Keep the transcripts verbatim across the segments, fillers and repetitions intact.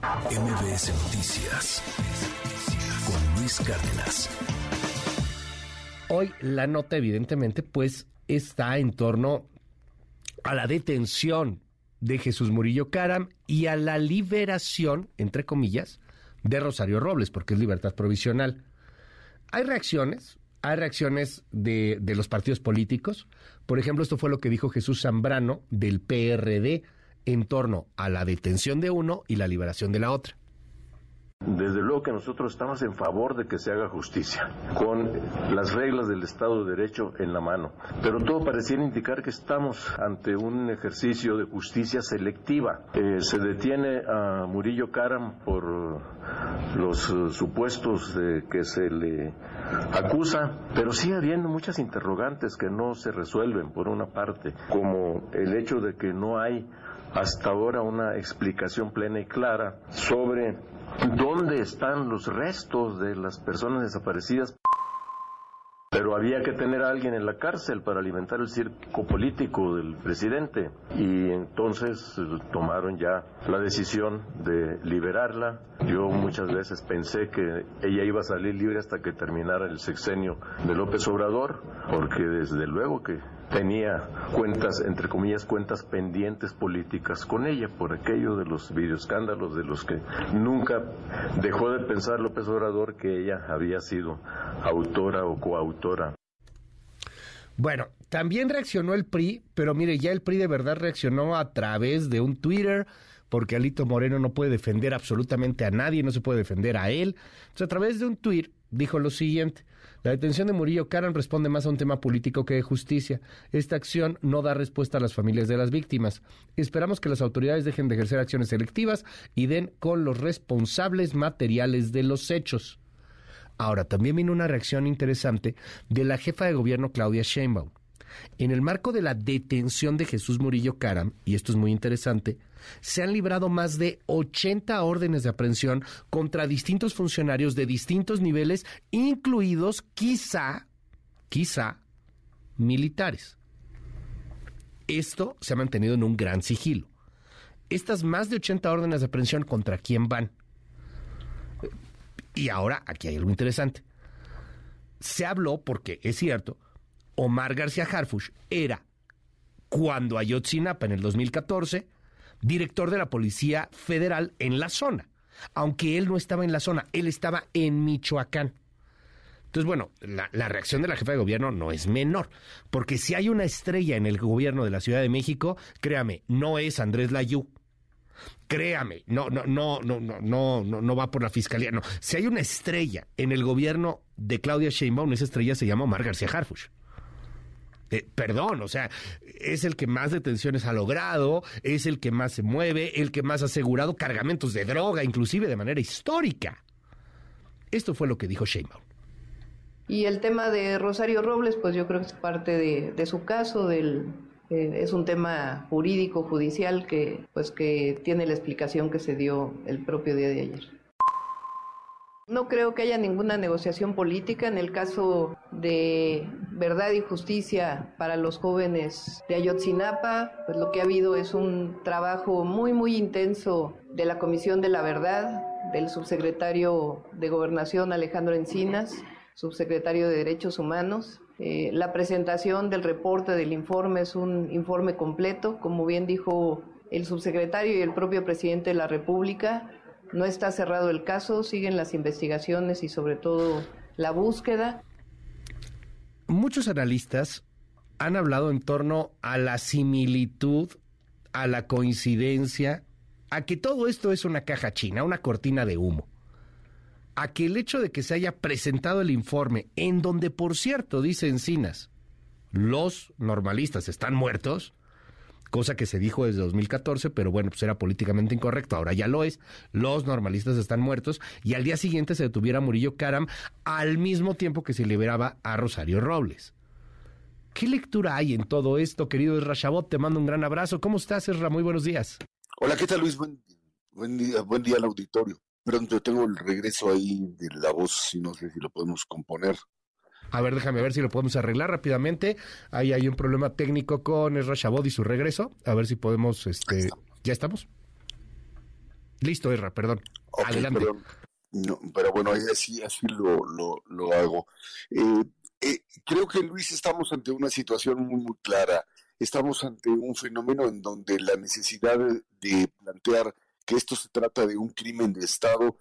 M B S Noticias con Luis Cárdenas. Hoy la nota, evidentemente, pues está en torno a la detención de Jesús Murillo Caram y a la liberación, entre comillas, de Rosario Robles, porque es libertad provisional. Hay reacciones, hay reacciones de, de los partidos políticos. Por ejemplo, esto fue lo que dijo Jesús Zambrano del P R D en torno a la detención de uno y la liberación de la otra. Desde luego que nosotros estamos en favor de que se haga justicia, con las reglas del Estado de Derecho en la mano. Pero todo pareciera indicar que estamos ante un ejercicio de justicia selectiva. Eh, se detiene a Murillo Caram por los uh, supuestos de que se le acusa, pero sigue habiendo muchas interrogantes que no se resuelven, por una parte, como el hecho de que no hay hasta ahora una explicación plena y clara sobre dónde están los restos de las personas desaparecidas. Pero había que tener a alguien en la cárcel para alimentar el circo político del presidente. Y entonces tomaron ya la decisión de liberarla. Yo muchas veces pensé que ella iba a salir libre hasta que terminara el sexenio de López Obrador, porque desde luego que tenía cuentas, entre comillas, cuentas pendientes políticas con ella, por aquello de los videoescándalos de los que nunca dejó de pensar López Obrador que ella había sido autora o coautora. Bueno, también reaccionó el P R I, pero mire, ya el P R I de verdad reaccionó a través de un Twitter, porque Alito Moreno no puede defender absolutamente a nadie, no se puede defender a él. Entonces, a través de un Twitter dijo lo siguiente: la detención de Murillo Caram responde más a un tema político que de justicia. Esta acción no da respuesta a las familias de las víctimas. Esperamos que las autoridades dejen de ejercer acciones selectivas y den con los responsables materiales de los hechos. Ahora, también vino una reacción interesante de la jefa de gobierno, Claudia Sheinbaum. En el marco de la detención de Jesús Murillo Caram, y esto es muy interesante, se han librado más de ochenta órdenes de aprehensión contra distintos funcionarios de distintos niveles, incluidos quizá, quizá, militares. Esto se ha mantenido en un gran sigilo. Estas más de ochenta órdenes de aprehensión, ¿contra quién van? Y ahora, aquí hay algo interesante. Se habló, porque es cierto, Omar García Harfuch era, cuando Ayotzinapa en el dos mil catorce, director de la Policía Federal en la zona. Aunque él no estaba en la zona, él estaba en Michoacán. Entonces, bueno, la, la reacción de la jefa de gobierno no es menor, porque si hay una estrella en el gobierno de la Ciudad de México, créame, no es Andrés Layú. Créame, no, no, no, no, no, no, no, no va por la fiscalía, no. Si hay una estrella en el gobierno de Claudia Sheinbaum, esa estrella se llama Omar García Harfuch. Eh, perdón, o sea, es el que más detenciones ha logrado, es el que más se mueve, el que más ha asegurado cargamentos de droga, inclusive de manera histórica. Esto fue lo que dijo Sheinbaum. Y el tema de Rosario Robles, pues yo creo que es parte de, de su caso, del, eh, es un tema jurídico, judicial, que pues que tiene la explicación que se dio el propio día de ayer. No creo que haya ninguna negociación política en el caso de verdad y justicia para los jóvenes de Ayotzinapa. Pues lo que ha habido es un trabajo muy, muy intenso de la Comisión de la Verdad, del subsecretario de Gobernación Alejandro Encinas, subsecretario de Derechos Humanos. Eh, la presentación del reporte del informe es un informe completo, como bien dijo el subsecretario y el propio presidente de la República. No está cerrado el caso, siguen las investigaciones y sobre todo la búsqueda. Muchos analistas han hablado en torno a la similitud, a la coincidencia, a que todo esto es una caja china, una cortina de humo. A que el hecho de que se haya presentado el informe, en donde, por cierto, dice Encinas, los normalistas están muertos, cosa que se dijo desde dos mil catorce, pero bueno, pues era políticamente incorrecto, ahora ya lo es, los normalistas están muertos, y al día siguiente se detuviera a Murillo Caram al mismo tiempo que se liberaba a Rosario Robles. ¿Qué lectura hay en todo esto, querido Ezra Shabot? Te mando un gran abrazo. ¿Cómo estás, Ezra? Muy buenos días. Hola, ¿qué tal, Luis? Buen, buen día, buen día al auditorio. Pronto tengo el regreso ahí de la voz y no sé si lo podemos componer. A ver, déjame ver si lo podemos arreglar rápidamente. Ahí hay un problema técnico con Ezra Shabot y su regreso. A ver si podemos, este, ¿ya estamos? Listo, Erra, perdón. Okay, Adelante. Pero, no, pero bueno, así, así lo, lo, lo hago. Eh, eh, creo que, Luis, estamos ante una situación muy, muy clara. Estamos ante un fenómeno en donde la necesidad de, de plantear que esto se trata de un crimen de Estado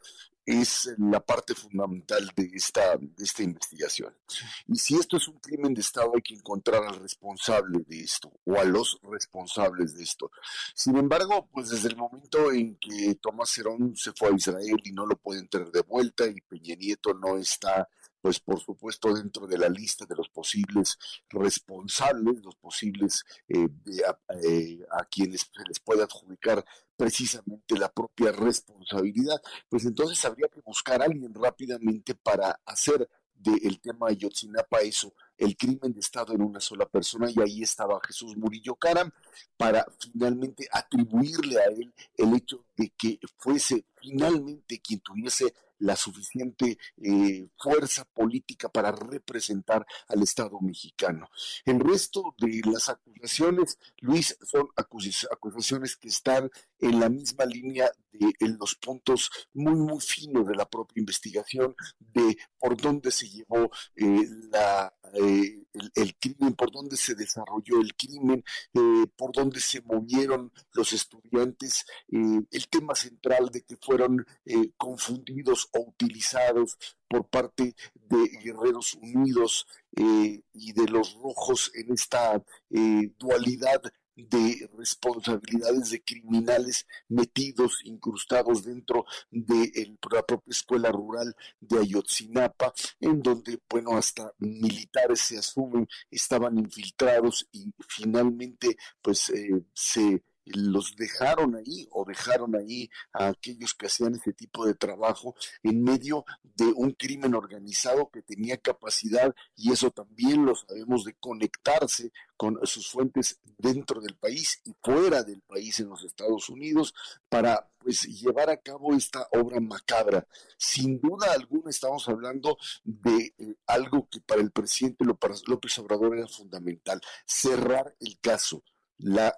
es la parte fundamental de esta, de esta investigación. Y si esto es un crimen de Estado, hay que encontrar al responsable de esto, o a los responsables de esto. Sin embargo, pues desde el momento en que Tomás Herón se fue a Israel y no lo pueden traer de vuelta, y Peña Nieto no está, pues por supuesto, dentro de la lista de los posibles responsables, los posibles eh, de, a, eh, a quienes se les puede adjudicar precisamente la propia responsabilidad, pues entonces habría que buscar a alguien rápidamente para hacer del tema Ayotzinapa eso, el crimen de Estado en una sola persona, y ahí estaba Jesús Murillo Caram, para finalmente atribuirle a él el hecho de que fuese finalmente quien tuviese la suficiente eh, fuerza política para representar al Estado mexicano. El resto de las acusaciones, Luis, son acus- acusaciones que están en la misma línea de en los puntos muy, muy finos de la propia investigación, de por dónde se llevó eh, la, eh, el, el crimen, por dónde se desarrolló el crimen, eh, por dónde se movieron los estudiantes, eh, el tema central de que fueron eh, confundidos o utilizados por parte de Guerreros Unidos eh, y de los rojos en esta eh, dualidad de responsabilidades de criminales metidos, incrustados dentro de el, la propia escuela rural de Ayotzinapa, en donde, bueno, hasta militares se asumen estaban infiltrados y finalmente, pues, eh, se los dejaron ahí o dejaron ahí a aquellos que hacían ese tipo de trabajo en medio de un crimen organizado que tenía capacidad, y eso también lo sabemos, de conectarse con sus fuentes dentro del país y fuera del país en los Estados Unidos para pues llevar a cabo esta obra macabra. Sin duda alguna estamos hablando de eh, algo que para el presidente López Obrador era fundamental: cerrar el caso. La,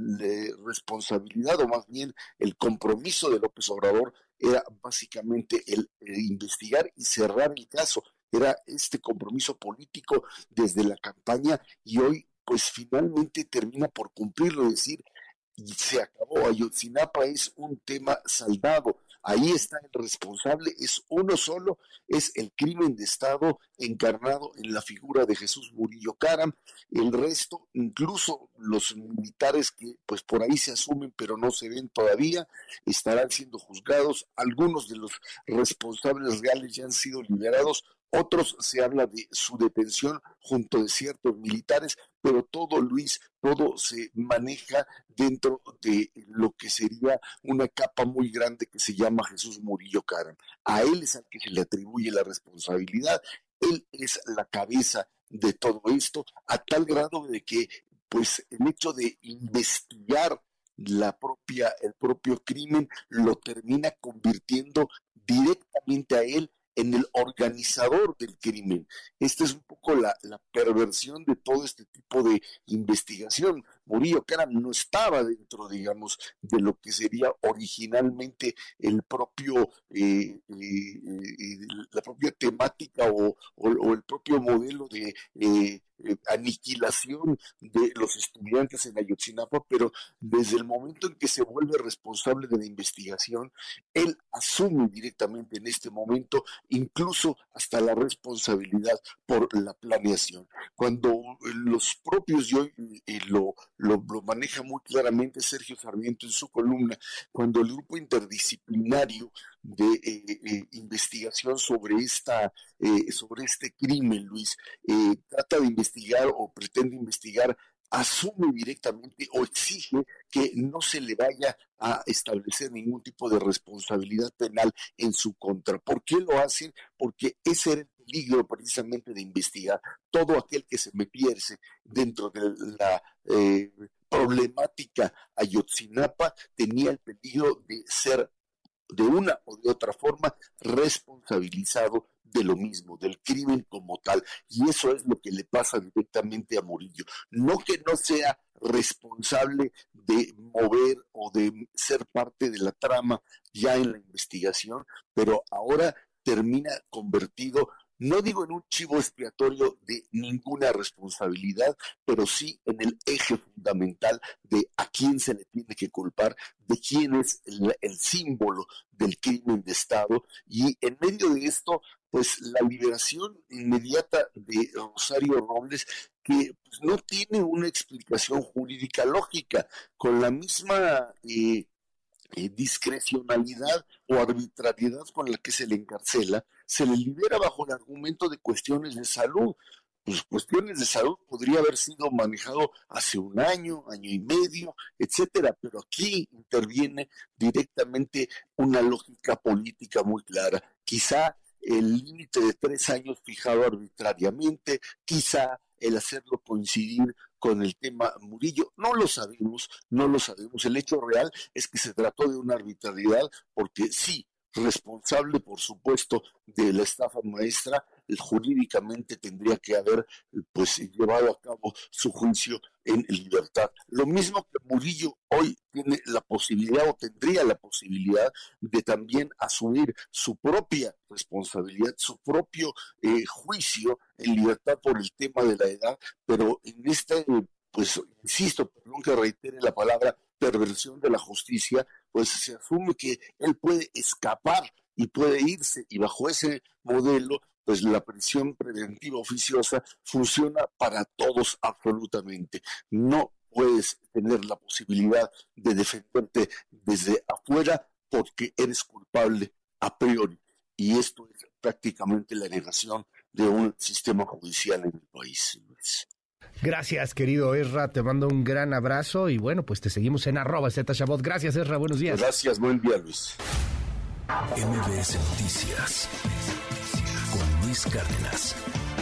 la responsabilidad, o más bien el compromiso de López Obrador, era básicamente el, el investigar y cerrar el caso. Era este compromiso político desde la campaña, y hoy pues finalmente termina por cumplirlo, es decir, se acabó. Ayotzinapa es un tema saldado. Ahí está el responsable, es uno solo, es el crimen de Estado encarnado en la figura de Jesús Murillo Caram. El resto, incluso los militares que pues por ahí se asumen pero no se ven todavía, estarán siendo juzgados. Algunos de los responsables reales ya han sido liberados, otros se habla de su detención junto de ciertos militares, pero todo, Luis, todo se maneja dentro de lo que sería una capa muy grande que se llama Jesús Murillo Caram. A él es al que se le atribuye la responsabilidad, él es la cabeza de todo esto, a tal grado de que pues el hecho de investigar la propia, el propio crimen lo termina convirtiendo directamente a él en el organizador del crimen. Esta es un poco la, la perversión de todo este tipo de investigación. Murillo Caram no estaba dentro, digamos, de lo que sería originalmente el propio, eh, eh, eh, la propia temática o, o, o el propio modelo de eh, eh, aniquilación de los estudiantes en Ayotzinapa, pero desde el momento en que se vuelve responsable de la investigación, él asume directamente en este momento incluso hasta la responsabilidad por la planeación. Cuando los propios, y hoy eh, lo, lo, lo maneja muy claramente Sergio Sarmiento en su columna, cuando el grupo interdisciplinario de eh, eh, investigación sobre esta eh, sobre este crimen, Luis, eh, trata de investigar o pretende investigar, asume directamente o exige que no se le vaya a establecer ningún tipo de responsabilidad penal en su contra. ¿Por qué lo hacen? Porque ese era el peligro precisamente de investigar. Todo aquel que se metiese dentro de la eh, problemática Ayotzinapa tenía el peligro de ser de una o de otra forma responsabilizado de lo mismo, del crimen como tal. Y eso es lo que le pasa directamente a Murillo. No que no sea responsable de mover o de ser parte de la trama ya en la investigación, pero ahora termina convertido, no digo en un chivo expiatorio de ninguna responsabilidad, pero sí en el eje fundamental de a quién se le tiene que culpar, de quién es el, el símbolo del crimen de Estado. Y en medio de esto, pues la liberación inmediata de Rosario Robles, que pues, no tiene una explicación jurídica lógica, con la misma eh, eh, discrecionalidad o arbitrariedad con la que se le encarcela, se le libera bajo el argumento de cuestiones de salud. Pues cuestiones de salud podría haber sido manejado hace un año, año y medio, etcétera, pero aquí interviene directamente una lógica política muy clara. Quizá el límite de tres años fijado arbitrariamente, quizá el hacerlo coincidir con el tema Murillo, no lo sabemos, no lo sabemos. El hecho real es que se trató de una arbitrariedad porque sí, responsable, por supuesto, de la estafa maestra, jurídicamente tendría que haber pues llevado a cabo su juicio en libertad. Lo mismo que Murillo hoy tiene la posibilidad o tendría la posibilidad de también asumir su propia responsabilidad, su propio eh, juicio en libertad por el tema de la edad, pero en este, pues insisto, perdón que reitere la palabra perversión de la justicia, pues se asume que él puede escapar y puede irse, y bajo ese modelo pues la prisión preventiva oficiosa funciona para todos absolutamente. No puedes tener la posibilidad de defenderte desde afuera porque eres culpable a priori. Y esto es prácticamente la negación de un sistema judicial en el país, Luis. Gracias, querido Ezra, te mando un gran abrazo y bueno, pues te seguimos en arroba Zeta Chabot. Gracias, Ezra, buenos días. Gracias, buen día, Luis. M B S Noticias con Luis Cárdenas.